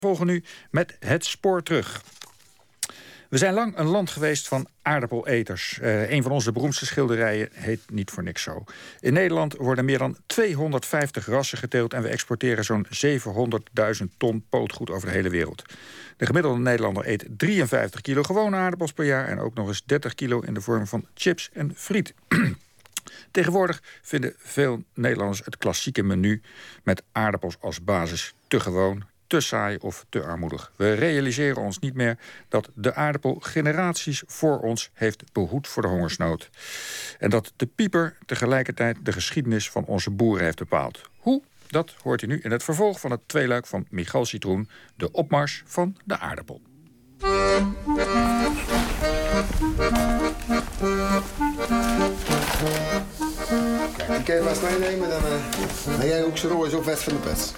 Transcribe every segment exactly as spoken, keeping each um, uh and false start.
Volgen nu met Het Spoor terug. We zijn lang een land geweest van aardappeleters. Uh, een van onze beroemdste schilderijen heet niet voor niks zo. In Nederland worden meer dan tweehonderdvijftig rassen geteeld en we exporteren zo'n zevenhonderdduizend ton pootgoed over de hele wereld. De gemiddelde Nederlander eet drieënvijftig kilo gewone aardappels per jaar en ook nog eens dertig kilo in de vorm van chips en friet. Tegenwoordig vinden veel Nederlanders het klassieke menu met aardappels als basis te gewoon, te saai of te armoedig. We realiseren ons niet meer dat de aardappel generaties voor ons heeft behoed voor de hongersnood. En dat de pieper tegelijkertijd de geschiedenis van onze boeren heeft bepaald. Hoe? Dat hoort u nu in het vervolg van het tweeluik van Michal Citroen, De opmars van de aardappel. Kijk, die kun je vast meenemen, dan uh, ben jij ook zo rooi zo vet van de pets.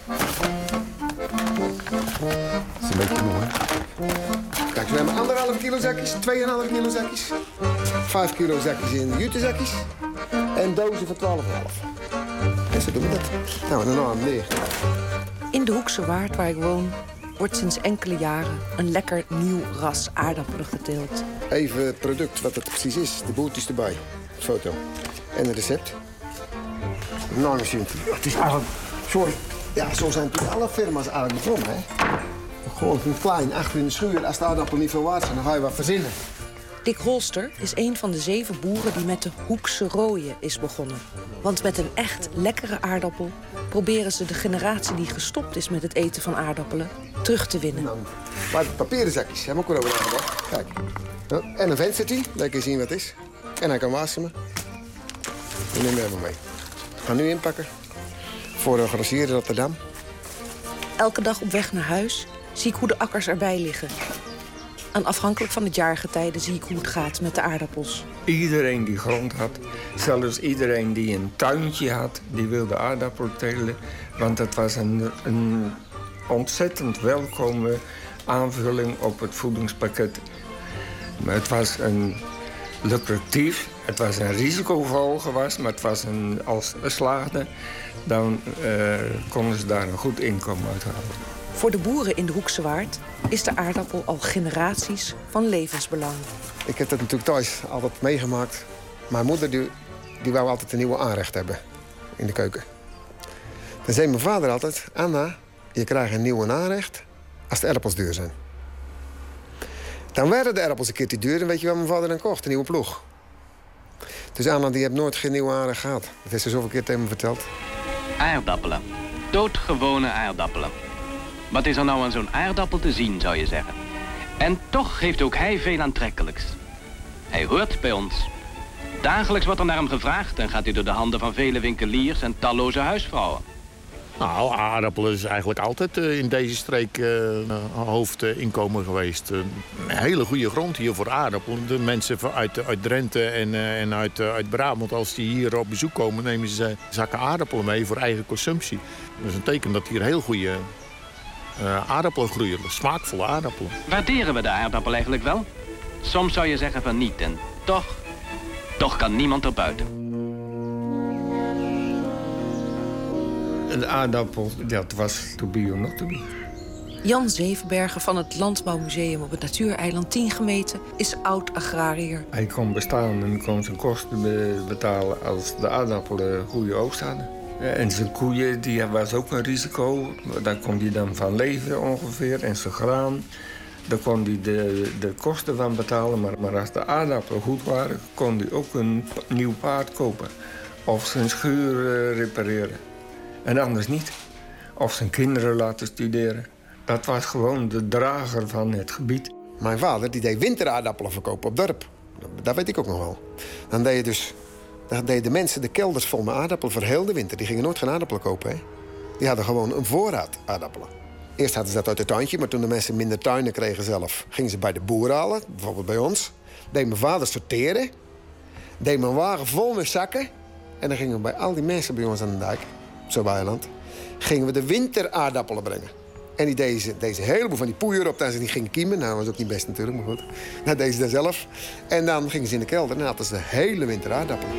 Dat is een beetje mooi. Kijk, we hebben anderhalf kilo zakjes, tweeënhalf kilo zakjes, vijf kilo zakjes in jutezakjes en dozen van twaalf komma vijf. En zo doen we dat. Nou, dan nog meer. In de Hoekse Waard, waar ik woon, wordt sinds enkele jaren een lekker nieuw ras aardappelen geteeld. Even het product, wat het precies is. De boeltjes erbij. Foto. En een recept. Nou, misschien. Het is eigenlijk... Sorry. Ja, zo zijn natuurlijk alle firma's eigenlijk begonnen, hè. Gewoon een klein achter in de schuur. Als de aardappel niet veel waard zijn, dan ga je wat verzinnen. Dick Rolster is een van de zeven boeren die met de Hoekse Rooie is begonnen. Want met een echt lekkere aardappel proberen ze de generatie die gestopt is met het eten van aardappelen terug te winnen. Nou, maar papieren zakjes, hebben we ook wel over nagedacht. Kijk. Ja, en een venstertje, dat kun je zien wat het is. En hij kan wassen me. Die neem je even mee. Ik ga nu inpakken. Voor de Grossier Rotterdam. Elke dag op weg naar huis zie ik hoe de akkers erbij liggen. En afhankelijk van het jaargetijde zie ik hoe het gaat met de aardappels. Iedereen die grond had, zelfs iedereen die een tuintje had, die wilde aardappelen telen. Want het was een, een ontzettend welkome aanvulling op het voedingspakket. Maar het was een lucratief, het was een risicovol gewas, maar het was een, als het slaagde, dan uh, konden ze daar een goed inkomen uit halen. Voor de boeren in de Hoekse Waard is de aardappel al generaties van levensbelang. Ik heb dat natuurlijk thuis altijd meegemaakt. Mijn moeder die, die wou altijd een nieuwe aanrecht hebben in de keuken. Dan zei mijn vader altijd: Anna, je krijgt een nieuwe aanrecht als de aardappels duur zijn. Dan werden de aardappels een keer te duur en weet je wat mijn vader dan kocht? Een nieuwe ploeg. Dus Anna die heeft nooit geen nieuwe aanrecht gehad. Dat heeft ze zoveel keer tegen me verteld. Aardappelen. Doodgewone aardappelen. Wat is er nou aan zo'n aardappel te zien, zou je zeggen? En toch heeft ook hij veel aantrekkelijks. Hij hoort bij ons. Dagelijks wordt er naar hem gevraagd en gaat hij door de handen van vele winkeliers en talloze huisvrouwen. Nou, aardappelen is eigenlijk altijd uh, in deze streek uh, hoofdinkomen geweest. Uh, een hele goede grond hier voor aardappelen. De mensen uit, uit Drenthe en, uh, en uit, uh, uit Brabant, als die hier op bezoek komen, nemen ze zakken aardappelen mee voor eigen consumptie. Dat is een teken dat hier heel goede uh, aardappelen groeien, smaakvolle aardappelen. Waarderen we de aardappel eigenlijk wel? Soms zou je zeggen van niet en toch, toch kan niemand er buiten. De aardappel, dat was to be or not to be. Jan Zevenbergen van het Landbouwmuseum op het Natuureiland tien gemeten is oud-agrariër. Hij kon bestaan en kon zijn kosten be- betalen als de aardappelen goede oogst hadden. En zijn koeien, die was ook een risico. Daar kon hij dan van leven ongeveer. En zijn graan, daar kon hij de, de kosten van betalen. Maar, maar als de aardappelen goed waren, kon hij ook een nieuw paard kopen. Of zijn schuur uh, repareren. En anders niet. Of zijn kinderen laten studeren. Dat was gewoon de drager van het gebied. Mijn vader die deed winteraardappelen verkopen op dorp. Dat weet ik ook nog wel. Dan deed je dus, dan deden de mensen de kelders vol met aardappelen voor heel de winter. Die gingen nooit geen aardappelen kopen. Hè? Die hadden gewoon een voorraad aardappelen. Eerst hadden ze dat uit het tuintje, maar toen de mensen minder tuinen kregen zelf, gingen ze bij de boer halen, bijvoorbeeld bij ons. Deed mijn vader sorteren. Deed mijn wagen vol met zakken. En dan gingen we bij al die mensen bij ons aan de dijk, zo weiland, gingen we de winteraardappelen brengen. En die deden deze heleboel van die poeier op, dat ze niet gingen kiemen. Nou, dat was ook niet best natuurlijk, maar goed. Dat deden ze daar zelf. En dan gingen ze in de kelder en dan hadden ze de hele winter aardappelen.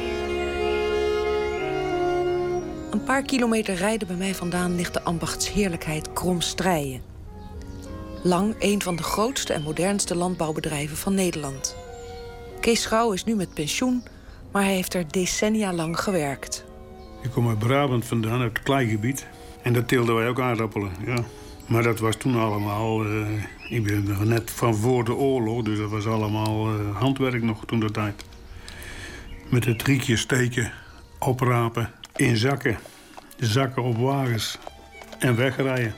Een paar kilometer rijden bij mij vandaan ligt de ambachtsheerlijkheid Kromstrijen. Lang een van de grootste en modernste landbouwbedrijven van Nederland. Kees Schouw is nu met pensioen, maar hij heeft er decennia lang gewerkt. Ik kom uit Brabant vandaan, uit het kleigebied. En daar teelden wij ook aardappelen, ja. Maar dat was toen allemaal... Uh, ik ben net van voor de oorlog, dus dat was allemaal uh, handwerk nog toen de tijd. Met het riekje steken, oprapen, in zakken. Zakken op wagens en wegrijden.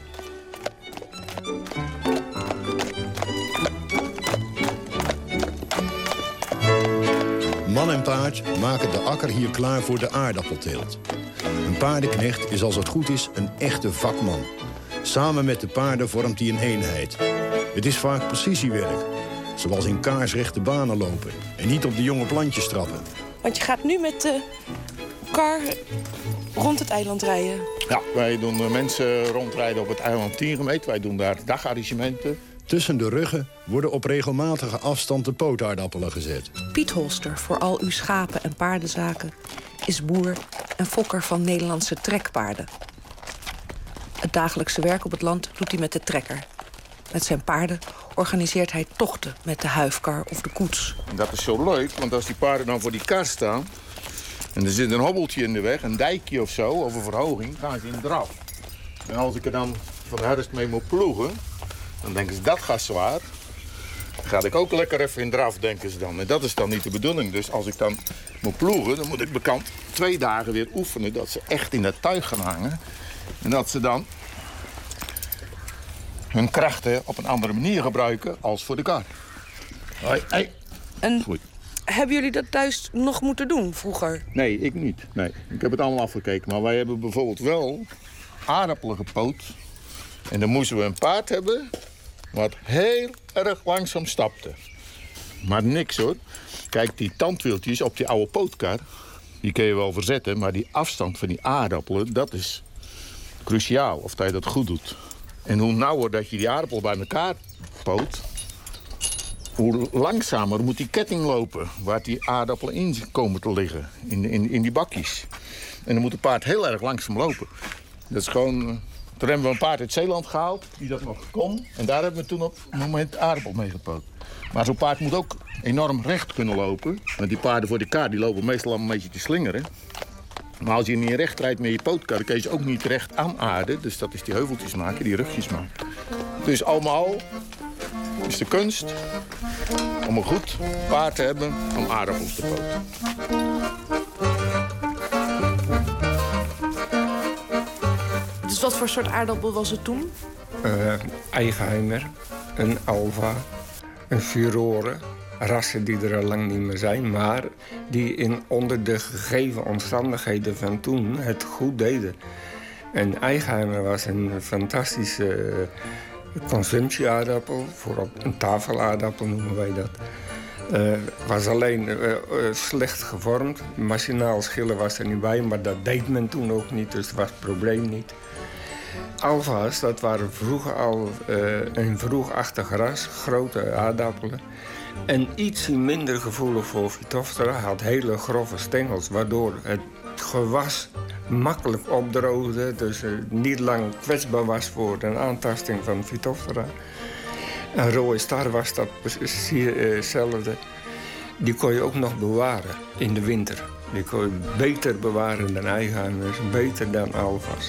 Man en paard maken de akker hier klaar voor de aardappelteelt. Een paardenknecht is als het goed is een echte vakman. Samen met de paarden vormt hij een eenheid. Het is vaak precisiewerk. Zoals in kaarsrechte banen lopen en niet op de jonge plantjes trappen. Want je gaat nu met de kar rond het eiland rijden. Ja, wij doen mensen rondrijden op het eiland Tierenmeet. Wij doen daar dagarrangementen. Tussen de ruggen worden op regelmatige afstand de pootaardappelen gezet. Piet Holster, voor al uw schapen- en paardenzaken, is boer en fokker van Nederlandse trekpaarden. Het dagelijkse werk op het land doet hij met de trekker. Met zijn paarden organiseert hij tochten met de huifkar of de koets. Dat is zo leuk, want als die paarden dan voor die kar staan... en er zit een hobbeltje in de weg, een dijkje of zo, of een verhoging... gaan ze in draf. En als ik er dan van de herfst mee moet ploegen... dan denken ze, dat gaat zwaar. Dan ga ik ook lekker even in draf, denken ze dan. En dat is dan niet de bedoeling. Dus als ik dan moet ploegen, dan moet ik bekend twee dagen weer oefenen... dat ze echt in dat tuig gaan hangen. En dat ze dan hun krachten op een andere manier gebruiken als voor de kar. Hoi, hoi. En Goed. hebben jullie dat thuis nog moeten doen vroeger? Nee, ik niet. Nee, ik heb het allemaal afgekeken. Maar wij hebben bijvoorbeeld wel aardappelen gepoot. En dan moesten we een paard hebben wat heel erg langzaam stapte. Maar niks hoor. Kijk, die tandwieltjes op die oude pootkar, die kun je wel verzetten. Maar die afstand van die aardappelen, dat is cruciaal. Of dat je dat goed doet. En hoe nauwer dat je die aardappel bij elkaar poot, hoe langzamer moet die ketting lopen waar die aardappelen in komen te liggen. In, in, in die bakjes. En dan moet het paard heel erg langzaam lopen. Dat is gewoon... Toen hebben we een paard uit Zeeland gehaald, die dat nog kon. En daar hebben we toen op het moment aardappel mee gepoot. Maar zo'n paard moet ook enorm recht kunnen lopen. Want die paarden voor de kar die lopen meestal al een beetje te slingeren. Maar als je niet recht rijdt met je pootkar, dan kun je ze ook niet recht aanaarden. Dus dat is die heuveltjes maken, die rugjes maken. Dus allemaal is de kunst om een goed paard te hebben om aardappels te poten. Dus wat voor soort aardappel was het toen? Uh, Eigenheimer, een Alva, een Furore. Rassen die er al lang niet meer zijn, maar die in onder de gegeven omstandigheden van toen het goed deden. En Eigenheimer was een fantastische consumptieaardappel, vooral een tafelaardappel noemen wij dat. Uh, was alleen uh, uh, slecht gevormd. Machinaal schillen was er niet bij, maar dat deed men toen ook niet, dus dat was het probleem niet. Alfa's, dat waren vroeger al uh, een vroegachtig ras, grote aardappelen. En iets minder gevoelig voor Phytophthora, had hele grove stengels, waardoor het gewas makkelijk opdroogde, dus uh, niet lang kwetsbaar was voor een aantasting van Phytophthora. Een rode star was dat precies hetzelfde. Die kon je ook nog bewaren in de winter. Die kon je beter bewaren dan Eigenheimers, beter dan Alfa's.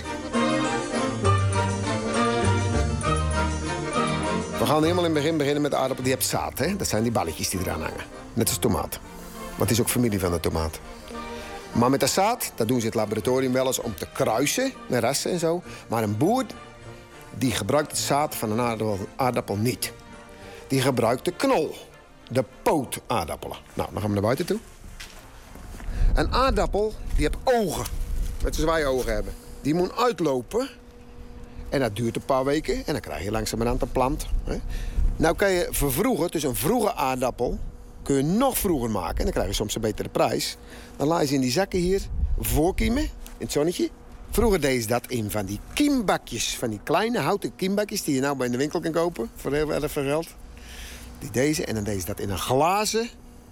We gaan helemaal in het begin beginnen met de aardappel die hebt zaad. Hè? Dat zijn die balletjes die eraan hangen. Net als tomaat. Maar het is ook familie van de tomaat. Maar met de zaad, dat doen ze in het laboratorium wel eens om te kruisen met rassen en zo. Maar een boer die gebruikt het zaad van een aardappel, aardappel niet. Die gebruikt de knol. De pootaardappelen. Nou, dan gaan we naar buiten toe. Een aardappel die heeft ogen. Net zoals wij ogen hebben. Die moet uitlopen. En dat duurt een paar weken. En dan krijg je langzamerhand een plant. Hè. Nou kan je vervroegen, dus een vroege aardappel kun je nog vroeger maken. En dan krijg je soms een betere prijs. Dan laat je ze in die zakken hier voorkiemen, in het zonnetje. Vroeger deden ze dat in van die kiembakjes. Van die kleine houten kiembakjes die je nou bij de winkel kan kopen. Voor heel erg veel geld. Die deze en dan deden ze dat in een glazen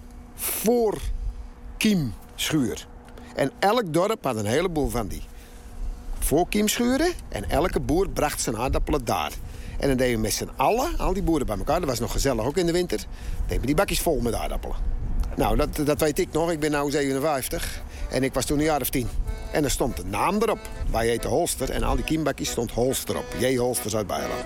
voorkiemschuur. En elk dorp had een heleboel van die voorkiemschuren. En elke boer bracht zijn aardappelen daar. En dan deden we met z'n allen, al die boeren bij elkaar... dat was nog gezellig ook in de winter... deden we die bakjes vol met aardappelen. Nou, dat, dat weet ik nog. Ik ben nu zevenenvijftig en ik was toen een jaar of tien. En er stond de naam erop. Wij heten Holster en al die kiembakjes stond Holster op. J. Holsters uit Bijland.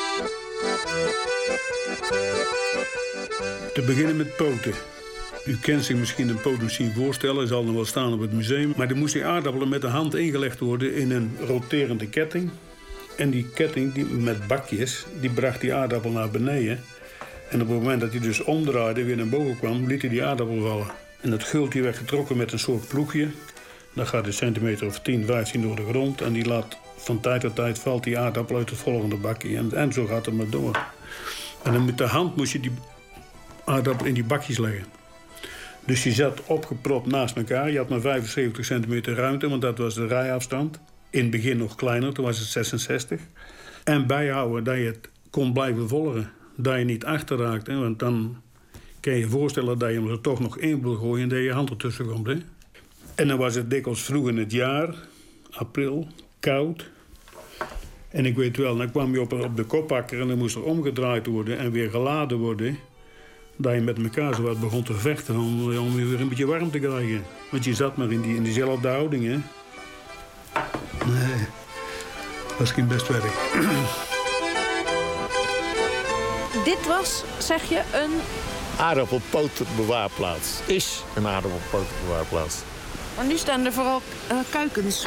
Te beginnen met poten. U kent zich misschien een pootmachine voorstellen, zal nog wel staan op het museum. Maar er moesten aardappelen met de hand ingelegd worden in een roterende ketting. En die ketting die, met bakjes, die bracht die aardappel naar beneden. En op het moment dat hij dus omdraaide, weer naar boven kwam, liet hij die aardappel vallen. En dat gultje werd getrokken met een soort ploegje. Dan gaat een centimeter of tien, vijftien door de grond. En die laat van tijd tot tijd valt die aardappel uit het volgende bakje. En, en zo gaat het maar door. En dan met de hand moest je die aardappel in die bakjes leggen. Dus je zat opgepropt naast elkaar. Je had maar vijfenzeventig centimeter ruimte, want dat was de rijafstand. In het begin nog kleiner, toen was het zesenzestig. En bijhouden dat je het kon blijven volgen. Dat je niet achterraakt, hè? Want dan kan je je voorstellen dat je hem er toch nog in wil gooien... en dat je hand ertussen komt. Hè? En dan was het dikwijls vroeg in het jaar, april, koud. En ik weet wel, dan kwam je op, op de kopakker en dan moest er omgedraaid worden... en weer geladen worden... dat je met elkaar zo wat begon te vechten om, om weer een beetje warm te krijgen. Want je zat maar in, die, in diezelfde houding, hè. Nee, dat ging best werk. Dit was, zeg je, een... aardappelpoterbewaarplaats. Is een aardappelpoterbewaarplaats. Maar nu staan er vooral uh, kuikens.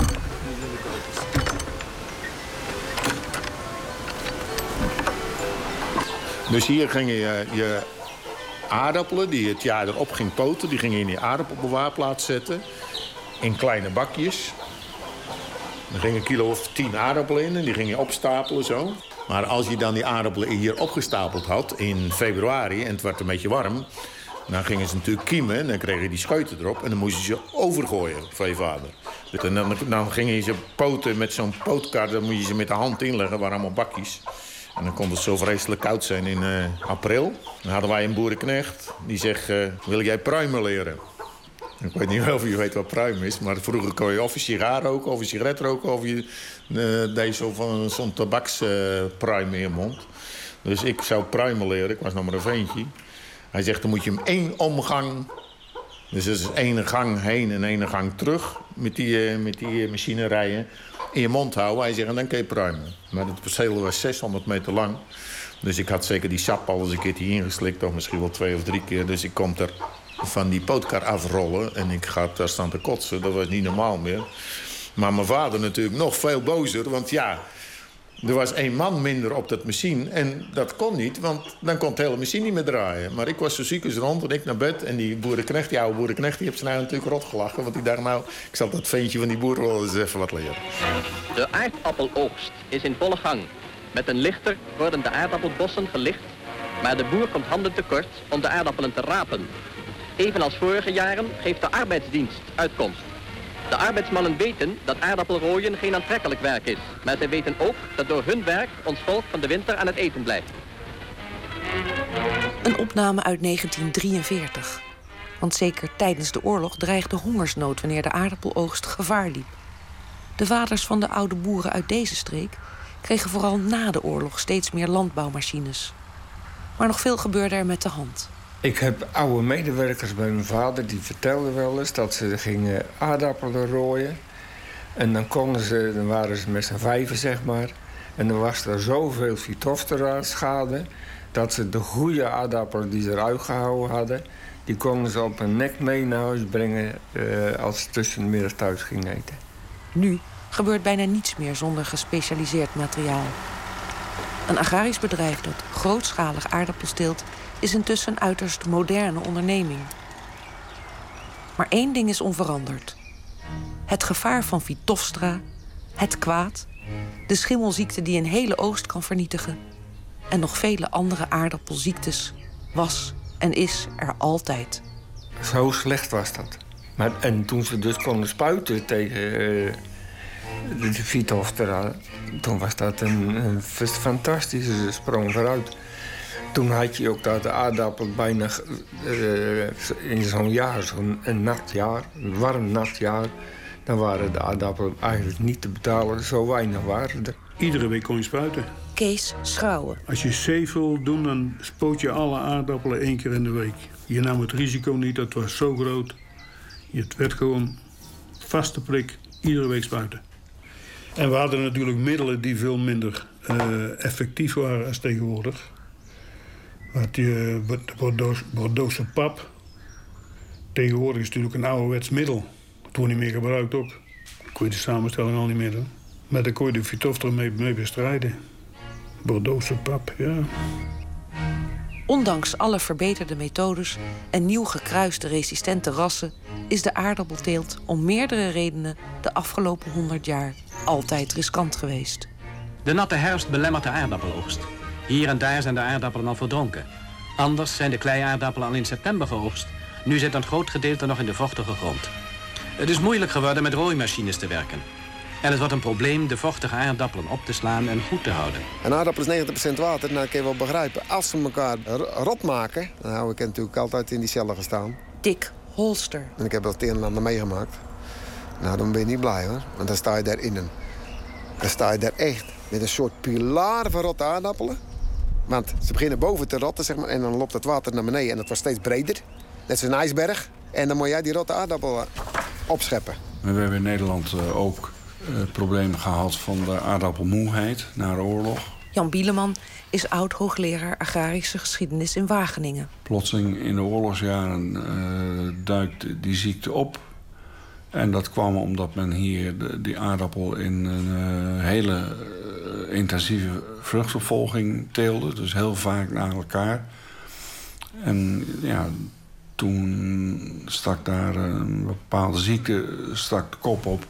Dus hier gingen je, je aardappelen die het jaar erop ging poten... die gingen je in die aardappelbewaarplaats zetten. In kleine bakjes. Er gingen een kilo of tien aardappelen in en die ging je opstapelen zo. Maar als je dan die aardappelen hier opgestapeld had in februari... en het werd een beetje warm, dan gingen ze natuurlijk kiemen... en dan kregen je die scheuten erop en dan moest je ze overgooien van je vader. En dan, dan gingen je ze poten met zo'n pootkar, dan moet je ze met de hand inleggen, waren allemaal bakjes. En dan kon het zo vreselijk koud zijn in uh, april. Dan hadden wij een boerenknecht, die zegt, uh, wil jij pruimen leren? Ik weet niet of je weet wat pruim is, maar vroeger kon je of een sigaar roken, of een sigaret roken... of je uh, deed zo van zo'n tabakspruim uh, in je mond. Dus ik zou pruimen leren, ik was nog maar een ventje. Hij zegt, dan moet je hem één omgang... dus dat is één gang heen en één gang terug... met die, uh, met die uh, machinerijen in je mond houden. Hij zegt, en dan kun je pruimen. Maar het perceel was zeshonderd meter lang. Dus ik had zeker die sap al eens een keertje ingeslikt... of misschien wel twee of drie keer. Dus ik kon er van die pootkar afrollen en ik ga daar staan te kotsen. Dat was niet normaal meer. Maar mijn vader natuurlijk nog veel bozer, want ja... er was één man minder op dat machine en dat kon niet... want dan kon de hele machine niet meer draaien. Maar ik was zo ziek als rond en ik naar bed... en die boerenknecht, die oude boerenknecht, die heeft ze nou natuurlijk rot gelachen... want ik dacht, nou, ik zal dat ventje van die boer wel eens even wat leren. De aardappeloogst is in volle gang. Met een lichter worden de aardappelbossen gelicht... maar de boer komt handen tekort om de aardappelen te rapen. Evenals vorige jaren geeft de arbeidsdienst uitkomst. De arbeidsmannen weten dat aardappelrooien geen aantrekkelijk werk is. Maar zij weten ook dat door hun werk ons volk van de winter aan het eten blijft. Een opname uit negentien drieënveertig. Want zeker tijdens de oorlog dreigde hongersnood wanneer de aardappeloogst gevaar liep. De vaders van de oude boeren uit deze streek kregen vooral na de oorlog steeds meer landbouwmachines. Maar nog veel gebeurde er met de hand. Ik heb oude medewerkers bij mijn vader, die vertelden wel eens dat ze gingen aardappelen rooien. En dan konden ze, dan waren ze met z'n vijven, zeg maar. En dan was er zoveel Phytophthora-schade dat ze de goede aardappelen die ze eruit gehouden hadden, die konden ze op hun nek mee naar huis brengen uh, als ze tussen de middag thuis gingen eten. Nu gebeurt bijna niets meer zonder gespecialiseerd materiaal. Een agrarisch bedrijf dat grootschalig aardappels teelt is intussen een uiterst moderne onderneming. Maar één ding is onveranderd. Het gevaar van Phytophthora, het kwaad, de schimmelziekte die een hele oogst kan vernietigen en nog vele andere aardappelziektes was en is er altijd. Zo slecht was dat. Maar, en toen ze dus konden spuiten tegen uh, de Phytophthora, toen was dat een, een fantastische sprong vooruit. Toen had je ook dat de aardappel bijna uh, in zo'n jaar, zo'n een nat jaar, een warm nat jaar, dan waren de aardappelen eigenlijk niet te betalen. Zo weinig waren er. Iedere week kon je spuiten. Kees Schrouwen. Als je safe wil doen, dan spoot je alle aardappelen één keer in de week. Je nam het risico niet, dat was zo groot. Het werd gewoon vaste prik, iedere week spuiten. En we hadden natuurlijk middelen die veel minder uh, effectief waren als tegenwoordig. Had je de Bordeaux, Bordeauxse pap. Tegenwoordig is het natuurlijk een ouderwets middel. Dat wordt niet meer gebruikt ook. Dan kon je de samenstelling al niet meer doen. Maar dan kon je de Phytophthora mee, mee bestrijden. Bordeauxse pap, ja. Ondanks alle verbeterde methodes en nieuw gekruiste resistente rassen is de aardappelteelt om meerdere redenen de afgelopen honderd jaar altijd riskant geweest. De natte herfst belemmert de aardappeloogst. Hier en daar zijn de aardappelen al verdronken. Anders zijn de kleiaardappelen al in september geoogst. Nu zit een groot gedeelte nog in de vochtige grond. Het is moeilijk geworden met rooimachines te werken. En het wordt een probleem de vochtige aardappelen op te slaan en goed te houden. Een aardappel is negentig procent water, nou, dat kun je wel begrijpen. Als ze elkaar rot maken, dan hou ik het natuurlijk altijd in die cellen gestaan. Dick Holster. En ik heb dat het een en ander meegemaakt. Nou, dan ben je niet blij, hoor. Want dan sta je daar in een... Dan sta je daar echt met een soort pilaar van rotte aardappelen. Want ze beginnen boven te rotten, zeg maar, en dan loopt het water naar beneden en dat wordt steeds breder. Net als een ijsberg. En dan moet jij die rotte aardappelen opscheppen. We hebben in Nederland ook het probleem gehad van de aardappelmoeheid na de oorlog. Jan Bieleman is oud-hoogleraar agrarische geschiedenis in Wageningen. Plotseling in de oorlogsjaren uh, duikt die ziekte op. En dat kwam omdat men hier de, die aardappel in een uh, hele uh, intensieve vruchtopvolging teelde. Dus heel vaak na elkaar. En ja, toen stak daar een bepaalde ziekte stak de kop op.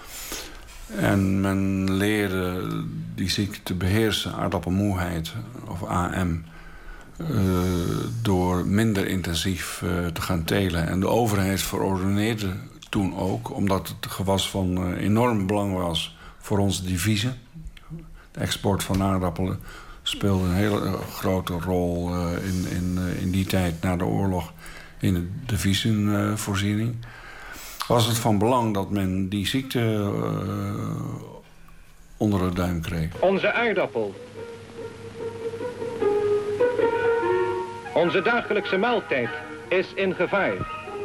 En men leerde die ziekte te beheersen, aardappelmoeheid of A M... Uh, door minder intensief uh, te gaan telen. En de overheid verordeneerde toen ook, omdat het gewas van uh, enorm belang was voor onze deviezen. De export van aardappelen speelde een hele uh, grote rol uh, in, in, uh, in die tijd na de oorlog in de deviezenvoorziening. Uh, was het van belang dat men die ziekte uh, onder de duim kreeg. Onze aardappel. Onze dagelijkse maaltijd is in gevaar.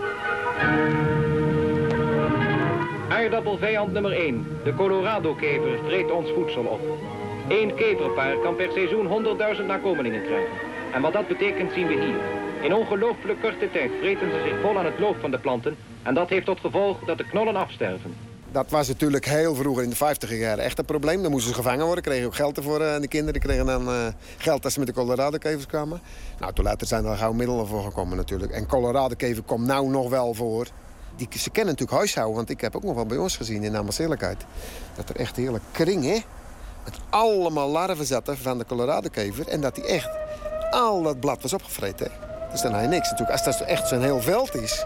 Aardappelvijand nummer één, de Colorado-kever, vreet ons voedsel op. Eén keverpaar kan per seizoen honderdduizend nakomelingen krijgen. En wat dat betekent zien we hier. In ongelooflijk korte tijd vreten ze zich vol aan het loof van de planten. En dat heeft tot gevolg dat de knollen afsterven. Dat was natuurlijk heel vroeger in de vijftiger jaren echt een probleem. Dan moesten ze gevangen worden, kregen ook geld ervoor. En de kinderen kregen dan uh, geld als ze met de Colorado-kevers kwamen. Nou, toen later zijn er gauw middelen voor gekomen natuurlijk. En Colorado-kever komt nou nog wel voor. Die, ze kennen natuurlijk huishouden, want ik heb ook nog wel bij ons gezien in Naamselijkheid. Dat er echt een hele kring, hè, met allemaal larven zaten van de Colorado-kever. En dat die echt al dat blad was opgevreten. Hè. Dus dan heb je niks natuurlijk. Als dat echt zo'n heel veld is,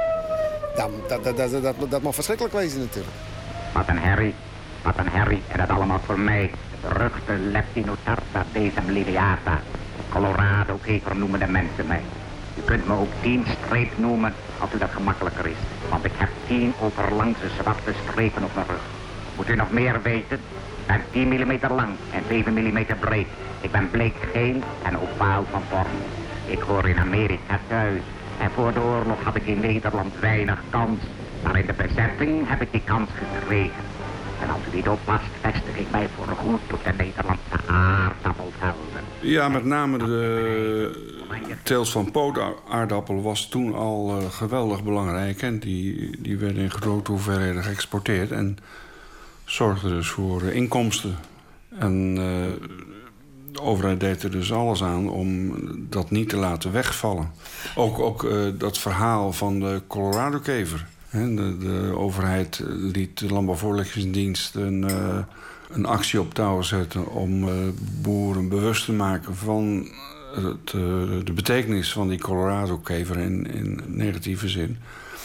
dan dat, dat, dat, dat, dat mag verschrikkelijk wezen natuurlijk. Wat een herrie, wat een herrie. En dat allemaal voor mij. De beruchte Leptinotarsa decemlineata. Colorado-kever noemen de mensen mij. U kunt me ook tien streep noemen als u dat gemakkelijker is. Want ik heb tien overlangse zwarte strepen op mijn rug. Moet u nog meer weten? Ik ben tien millimeter lang en zeven millimeter breed. Ik ben bleekgeel en ovaal van vorm. Ik hoor in Amerika thuis. En voor de oorlog had ik in Nederland weinig kans. Maar in de bezetting heb ik die kans gekregen. En als u niet oppast, vestig ik mij voor goed op de Nederlandse aardappelvelden. Ja, met name de teelt van pootaardappel was toen al uh, geweldig belangrijk. En die, die werden in grote hoeveelheden geëxporteerd. En zorgde dus voor uh, inkomsten. En uh, de overheid deed er dus alles aan om dat niet te laten wegvallen. Ook, ook uh, dat verhaal van de Colorado-kever. De, de overheid liet de Landbouwvoorlichtingsdienst een, uh, een actie op touw zetten om uh, boeren bewust te maken van het, uh, de betekenis van die Colorado-kever in, in negatieve zin.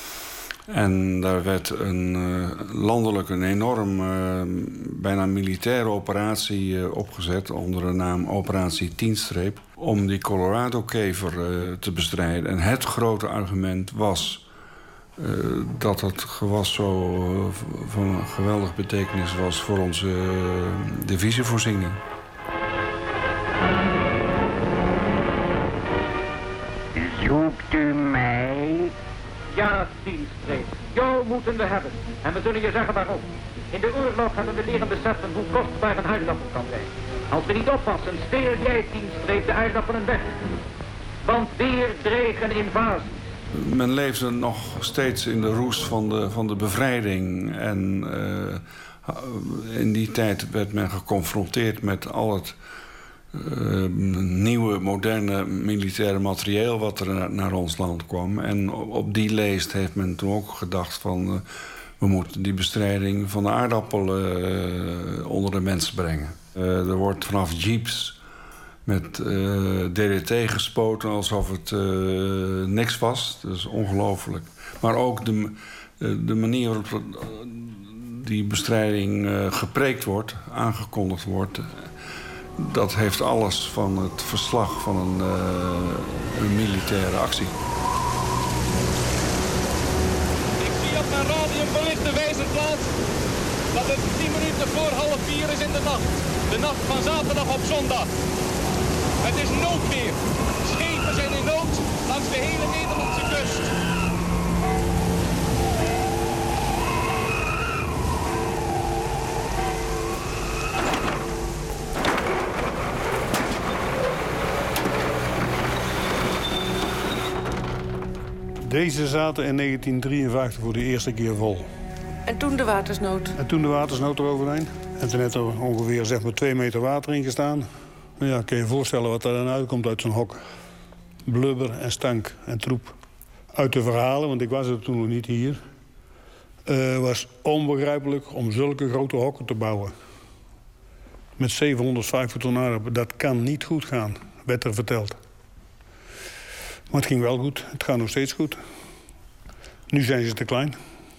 En daar werd een uh, landelijk een enorm, uh, bijna militaire operatie uh, opgezet onder de naam Operatie Tienstreep om die Colorado-kever uh, te bestrijden. En het grote argument was Uh, dat het gewas zo uh, van een geweldige betekenis was voor onze uh, divisievoorziening. Zoekt u mij? Ja, dienststreep. Jou moeten we hebben. En we zullen je zeggen waarom. In de oorlog hebben we leren beseffen hoe kostbaar een aardappel kan zijn. Als we niet oppassen, steel jij dienststreep de aardappelen weg. Want weer dreigen invasies. Men leefde nog steeds in de roest van de, van de bevrijding. En uh, in die tijd werd men geconfronteerd met al het uh, nieuwe, moderne militaire materieel wat er naar ons land kwam. En op die leest heeft men toen ook gedacht van Uh, we moeten die bestrijding van de aardappelen uh, onder de mensen brengen. Uh, er wordt vanaf jeeps met uh, D D T gespoten alsof het uh, niks was. Dat is ongelooflijk. Maar ook de, uh, de manier waarop die bestrijding uh, gepreekt wordt, aangekondigd wordt, Uh, dat heeft alles van het verslag van een, uh, een militaire actie. Op mijn radiumbelichte wijzerplaat dat het tien minuten voor half vier is in de nacht. De nacht van zaterdag op zondag. Het is noodweer. Schepen zijn in nood langs de hele Nederlandse kust. Deze zaten in negentien drieënvijftig voor de eerste keer vol. En toen de watersnood? En toen de watersnood eroverheen. En toen heeft er ongeveer zeg maar twee meter water in gestaan. Nou ja, kun je je voorstellen wat er dan uitkomt uit zo'n hok. Blubber en stank en troep. Uit de verhalen, want ik was er toen nog niet hier. Uh, was onbegrijpelijk om zulke grote hokken te bouwen. Met zevenhonderdvijftig ton aardappelen. Dat kan niet goed gaan, werd er verteld. Maar het ging wel goed. Het gaat nog steeds goed. Nu zijn ze te klein.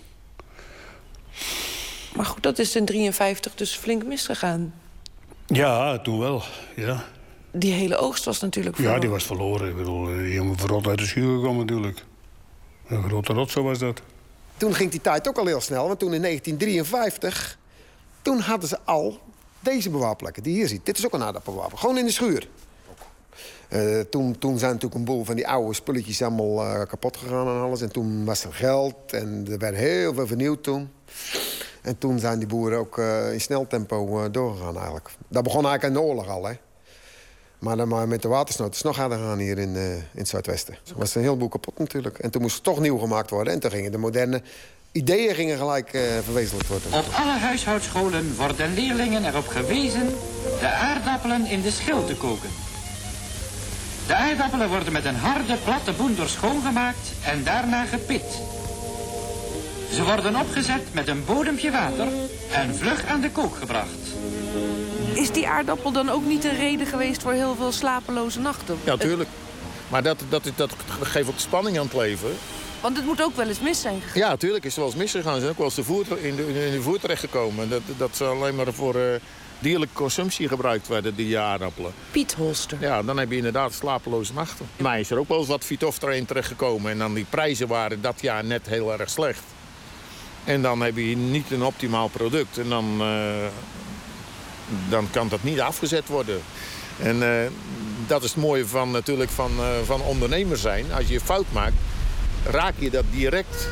Maar goed, dat is in drieënvijftig dus flink misgegaan. Ja, toen wel, ja. Die hele oogst was natuurlijk verloren. Ja, die was verloren. Ik bedoel, helemaal verrot uit de schuur gekomen natuurlijk. Een grote rotzooi was dat. Toen ging die tijd ook al heel snel. Want toen in negentien drieënvijftig... toen hadden ze al deze bewaarplekken die je hier ziet. Dit is ook een aardappelbewaar. Gewoon in de schuur. Uh, toen, toen zijn natuurlijk een boel van die oude spulletjes allemaal uh, kapot gegaan en alles. En toen was er geld en er werd heel veel vernieuwd toen. En toen zijn die boeren ook uh, in snel tempo uh, doorgegaan eigenlijk. Dat begon eigenlijk in de oorlog al, hè. Maar, dan, maar met de watersnood is het nog harder gaan hier in, uh, in het Zuidwesten. Er was een heleboel kapot natuurlijk. En toen moest het toch nieuw gemaakt worden. En toen gingen de moderne ideeën gingen gelijk uh, verwezenlijkt worden. Op alle huishoudscholen worden leerlingen erop gewezen de aardappelen in de schil te koken. De aardappelen worden met een harde, platte boender schoongemaakt en daarna gepit. Ze worden opgezet met een bodempje water en vlug aan de kook gebracht. Is die aardappel dan ook niet een reden geweest voor heel veel slapeloze nachten? Ja, tuurlijk. Maar dat, dat, dat geeft ook spanning aan het leven. Want het moet ook wel eens mis zijn gegaan. Ja, natuurlijk is er wel eens misgegaan. Ze zijn ook wel eens de voer, in, de, in de voer terechtgekomen. Dat, dat ze alleen maar voor uh, dierlijke consumptie gebruikt werden, die aardappelen. Piet Holster. Ja, dan heb je inderdaad slapeloze nachten. Mij is er ook wel eens wat fitof erin terechtgekomen. En dan die prijzen waren dat jaar net heel erg slecht. En dan heb je niet een optimaal product. En dan, uh, dan kan dat niet afgezet worden. En uh, dat is het mooie van, natuurlijk van, uh, van ondernemer zijn. Als je een fout maakt, raak je dat direct.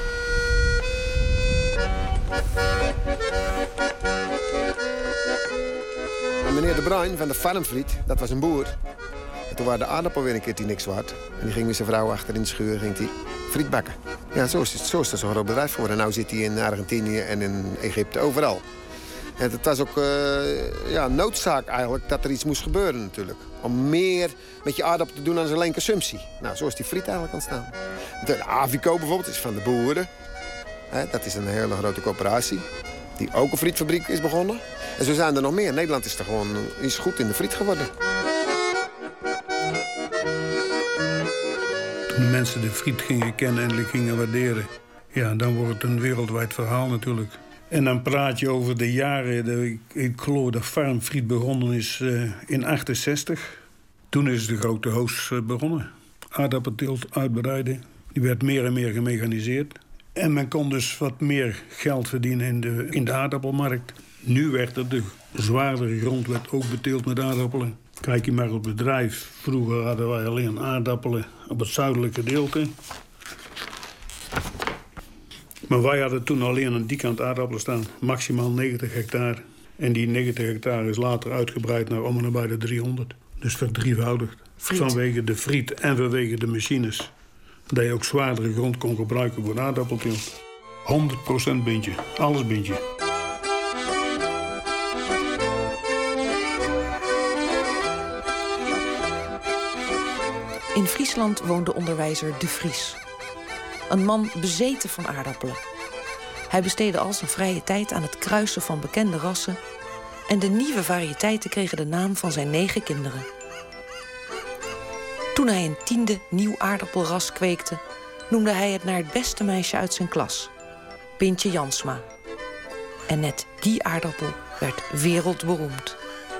En meneer De Bruin van de Farmfriet, dat was een boer. En toen waren de aardappel weer een keer die niks waard. En die ging met zijn vrouw achter in de schuur ging die friet bakken. Ja, zo is het, zo is het zo'n groot bedrijf geworden. En nu zit hij in Argentinië en in Egypte, overal. En het was ook uh, ja, noodzaak eigenlijk dat er iets moest gebeuren natuurlijk. Om meer met je aardappel te doen dan alleen consumptie. Nou, zo is die friet eigenlijk ontstaan. De Avico bijvoorbeeld is van de boeren. He, dat is een hele grote coöperatie. Die ook een frietfabriek is begonnen. En zo zijn er nog meer. Nederland is er gewoon is goed in de friet geworden. Toen de mensen de friet gingen kennen en gingen waarderen, ja, dan wordt het een wereldwijd verhaal natuurlijk. En dan praat je over de jaren, de, ik, ik geloof dat Farmfriet begonnen is uh, in achtenzestig. Toen is de grote hoos uh, begonnen. Aardappelteelt uitbreiden. Die werd meer en meer gemechaniseerd. En men kon dus wat meer geld verdienen in de, in de aardappelmarkt. Nu werd er de zwaardere grond werd ook beteeld met aardappelen. Kijk je maar op het bedrijf. Vroeger hadden wij alleen aardappelen op het zuidelijke gedeelte. Maar wij hadden toen alleen aan die kant aardappelen staan. Maximaal negentig hectare. En die negentig hectare is later uitgebreid naar om en nabij de driehonderd. Dus verdrievoudigd. Friet. Vanwege de friet en vanwege de machines. Dat je ook zwaardere grond kon gebruiken voor aardappelteelt. honderd procent bindje. Alles bindje. In Friesland woonde onderwijzer De Vries. Een man bezeten van aardappelen. Hij besteedde al zijn vrije tijd aan het kruisen van bekende rassen. En de nieuwe variëteiten kregen de naam van zijn negen kinderen. Toen hij een tiende nieuw aardappelras kweekte, noemde hij het naar het beste meisje uit zijn klas. Pintje Jansma. En net die aardappel werd wereldberoemd.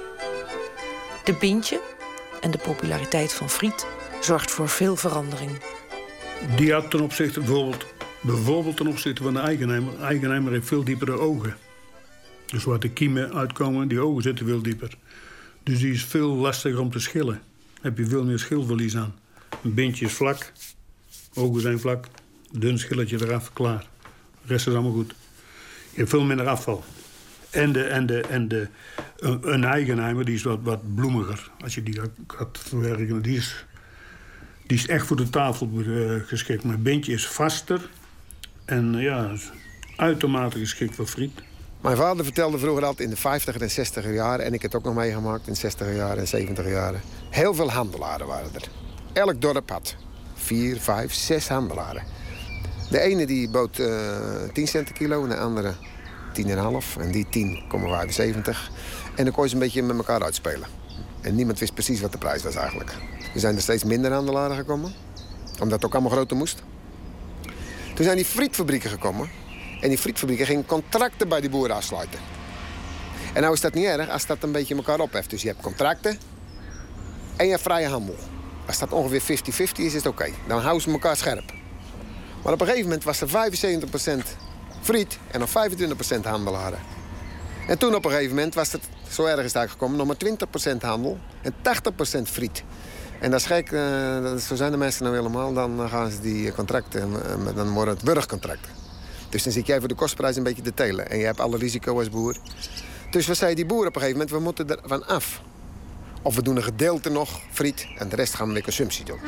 De Pintje en de populariteit van friet zorgt voor veel verandering. Die had ten opzichte, bijvoorbeeld, bijvoorbeeld ten opzichte van de eigenheimer. De eigenheimer heeft veel diepere ogen. Dus waar de kiemen uitkomen, die ogen zitten veel dieper. Dus die is veel lastiger om te schillen. Daar heb je veel meer schilverlies aan. Een bintje is vlak, ogen zijn vlak, dun schilletje eraf, klaar. De rest is allemaal goed. Je hebt veel minder afval. En, de, en, de, en de, een, een eigenheimer die is wat, wat bloemiger. Als je die gaat verwerken, die is, die is echt voor de tafel uh, geschikt. Maar een bintje is vaster en uh, ja, uitermate geschikt voor friet. Mijn vader vertelde vroeger altijd in de vijftiger en zestiger jaren... en ik heb het ook nog meegemaakt in de zestiger jaren en zeventiger jaren... heel veel handelaren waren er. Elk dorp had vier, vijf, zes handelaren. De ene die bood uh, tien cent per kilo en de andere tien komma vijf. En die tien komma vijfenzeventig. En dan kon je ze een beetje met elkaar uitspelen. En niemand wist precies wat de prijs was eigenlijk. Er zijn er steeds minder handelaren gekomen. Omdat het ook allemaal groter moest. Toen zijn die frietfabrieken gekomen... En die frietfabrieken gingen contracten bij die boeren afsluiten. En nou is dat niet erg als dat een beetje elkaar opheft. Dus je hebt contracten en je hebt vrije handel. Als dat ongeveer vijftig vijftig is, is het oké. Okay. Dan houden ze elkaar scherp. Maar op een gegeven moment was er vijfenzeventig procent friet en nog vijfentwintig procent handelaren. En toen op een gegeven moment was het, zo erg is het eigenlijk gekomen, nog maar twintig procent handel en tachtig procent friet. En dat is gek, uh, zo zijn de mensen nou helemaal. Dan gaan ze die contracten, uh, dan worden het burgercontracten. Dus dan zit jij voor de kostprijs een beetje te telen. En je hebt alle risico als boer. Dus wat zei die boer op een gegeven moment? We moeten er van af. Of we doen een gedeelte nog friet en de rest gaan we weer consumptie doen.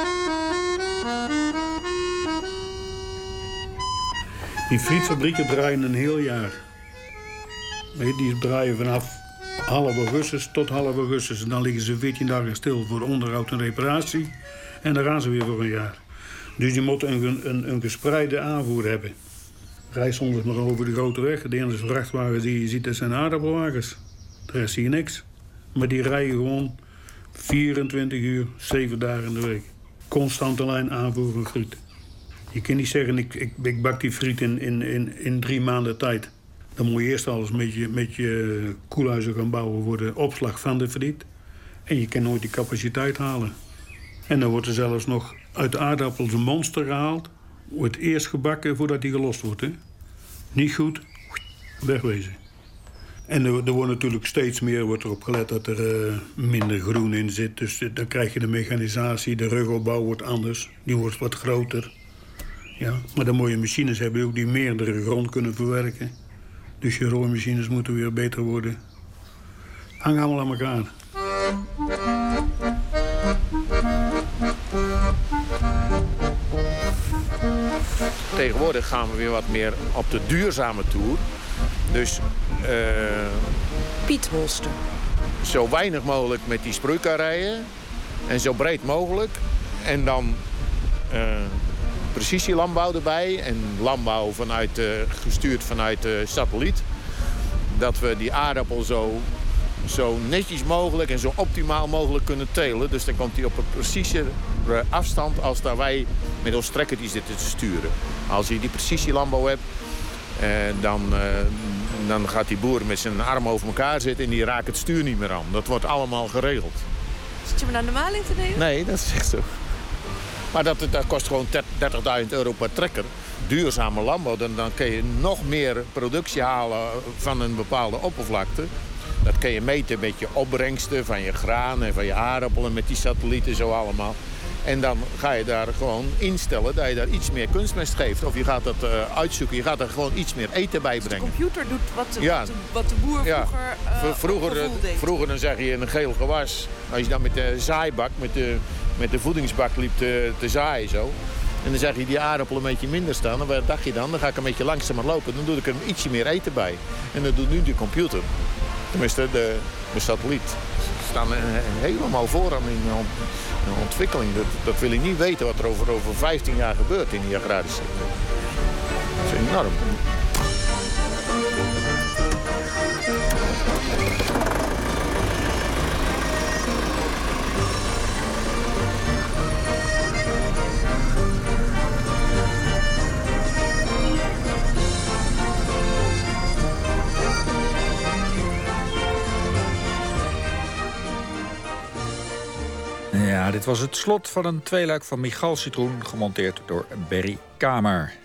Die frietfabrieken draaien een heel jaar. Die draaien vanaf half augustus tot half augustus. En dan liggen ze veertien dagen stil voor onderhoud en reparatie. En dan gaan ze weer voor een jaar. Dus die moeten een, een, een gespreide aanvoer hebben. Rij soms nog over de grote weg. De ene vrachtwagen die je ziet, dat zijn aardappelwagens. De rest zie je niks. Maar die rijden gewoon vierentwintig uur, zeven dagen in de week. Constante lijn aanvoer van friet. Je kunt niet zeggen, ik, ik, ik bak die friet in, in, in, in drie maanden tijd. Dan moet je eerst alles met je, met je koelhuizen gaan bouwen voor de opslag van de friet. En je kan nooit die capaciteit halen. En dan wordt er zelfs nog uit de aardappels een monster gehaald. Wordt eerst gebakken voordat die gelost wordt. Hè? Niet goed, wegwezen. En er, er wordt natuurlijk steeds meer wordt erop gelet dat er uh, minder groen in zit. Dus uh, dan krijg je de mechanisatie, de rugopbouw wordt anders. Die wordt wat groter. Ja, maar dan moet je machines hebben ook die meerdere grond kunnen verwerken. Dus je rooimachines moeten weer beter worden. Hang allemaal aan elkaar. Tegenwoordig gaan we weer wat meer op de duurzame toer. Dus uh, Piet Holster. Zo weinig mogelijk met die sproeikarijen. En zo breed mogelijk. En dan uh, precisielandbouw erbij. En landbouw vanuit, uh, gestuurd vanuit de satelliet. Dat we die aardappel zo, zo netjes mogelijk en zo optimaal mogelijk kunnen telen. Dus dan komt hij op een precieze afstand als dat wij met ons trekkertje zitten te sturen. Als je die precisielandbouw hebt, eh, dan, eh, dan gaat die boer met zijn arm over elkaar zitten en die raakt het stuur niet meer aan. Dat wordt allemaal geregeld. Zit je me naar de maling te nemen? Nee, dat is echt zo. Maar dat, dat kost gewoon dertigduizend euro per trekker. duurzame landbouw, dan, dan kun je nog meer productie halen van een bepaalde oppervlakte. Dat kun je meten met je opbrengsten van je graan en van je aardappelen, met die satellieten zo allemaal. En dan ga je daar gewoon instellen dat je daar iets meer kunstmest geeft. Of je gaat dat uh, uitzoeken, je gaat er gewoon iets meer eten bij brengen. Dus de computer doet wat de, ja. wat de, wat de boer ja. vroeger uh, vroeger, deed. Vroeger dan zag je een geel gewas. Als je dan met de zaaibak, met de, met de voedingsbak liep te, te zaaien zo. En dan zag je die aardappel een beetje minder staan. En wat dacht je dan? Dan ga ik een beetje langzamer lopen. Dan doe ik er ietsje meer eten bij. En dat doet nu de computer. Tenminste, de, de satelliet. Ze staan helemaal vooraan in de ontwikkeling. Dat, dat wil ik niet weten wat er over, over vijftien jaar gebeurt in die agrarische sector. Dat is enorm. Ja, dit was het slot van een tweeluik van Michal Citroen, gemonteerd door Berry Kamer.